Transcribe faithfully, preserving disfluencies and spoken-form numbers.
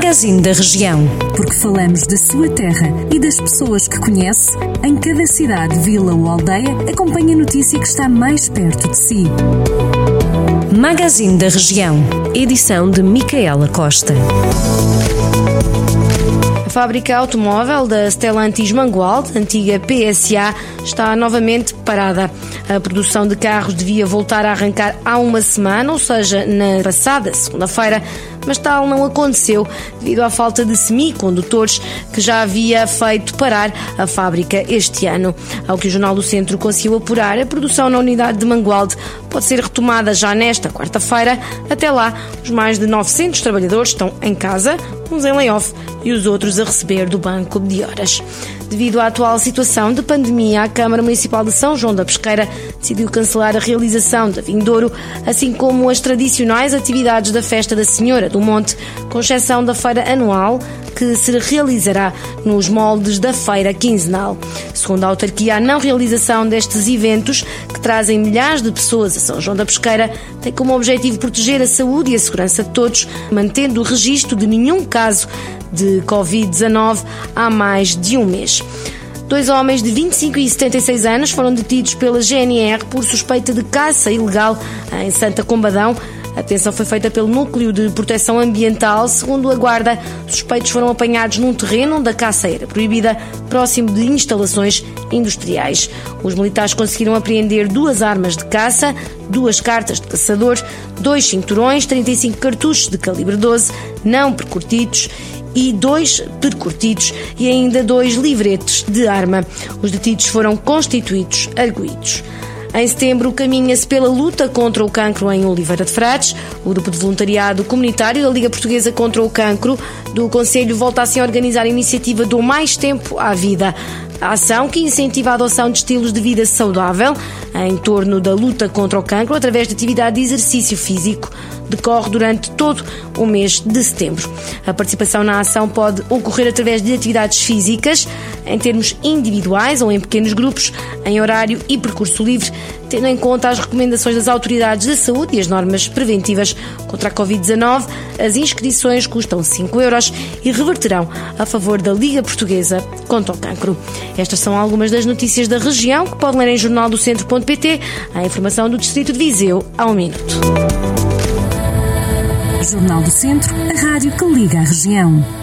Magazine da Região. Porque falamos da sua terra e das pessoas que conhece, em cada cidade, vila ou aldeia, acompanhe a notícia que está mais perto de si. Magazine da Região. Edição de Micaela Costa. A fábrica automóvel da Stellantis Mangualde, antiga P S A, está novamente parada. A produção de carros devia voltar a arrancar há uma semana, ou seja, na passada segunda-feira, mas tal não aconteceu devido à falta de semicondutores que já havia feito parar a fábrica este ano. Ao que o Jornal do Centro conseguiu apurar, a produção na unidade de Mangualde pode ser retomada já nesta quarta-feira. Até lá, os mais de novecentos trabalhadores estão em casa, uns em layoff e os outros a receber do banco de horas. Devido à atual situação de pandemia, a Câmara Municipal de São João da Pesqueira decidiu cancelar a realização da Vindouro, assim como as tradicionais atividades da Festa da Senhora do Monte, com exceção da feira anual, que se realizará nos moldes da feira quinzenal. Segundo a autarquia, a não realização destes eventos, que trazem milhares de pessoas a São João da Pesqueira, tem como objetivo proteger a saúde e a segurança de todos, mantendo o registro de nenhum caso de covid dezanove há mais de um mês. Dois homens de vinte e cinco e setenta e seis anos foram detidos pela G N R por suspeita de caça ilegal em Santa Combadão. A detenção foi feita pelo Núcleo de Proteção Ambiental. Segundo a Guarda, os suspeitos foram apanhados num terreno onde a caça era proibida, próximo de instalações industriais. Os militares conseguiram apreender duas armas de caça, duas cartas de caçador, dois cinturões, trinta e cinco cartuchos de calibre doze, não percutidos, e dois percutidos e ainda dois livretes de arma. Os detidos foram constituídos arguidos. Em setembro, caminha-se pela luta contra o cancro em Oliveira de Frades. O grupo de voluntariado comunitário da Liga Portuguesa contra o Cancro do Conselho volta assim a organizar a iniciativa Dou Mais Tempo à Vida. A ação, que incentiva a adoção de estilos de vida saudável em torno da luta contra o cancro através de atividade de exercício físico, decorre durante todo o mês de setembro. A participação na ação pode ocorrer através de atividades físicas, em termos individuais ou em pequenos grupos, em horário e percurso livre, tendo em conta as recomendações das autoridades da saúde e as normas preventivas contra a covid dezanove. As inscrições custam cinco euros e reverterão a favor da Liga Portuguesa contra o Cancro. Estas são algumas das notícias da região que pode ler em jornal do centro ponto pt. A informação do Distrito de Viseu ao minuto. Jornal do Centro, a rádio que liga a região.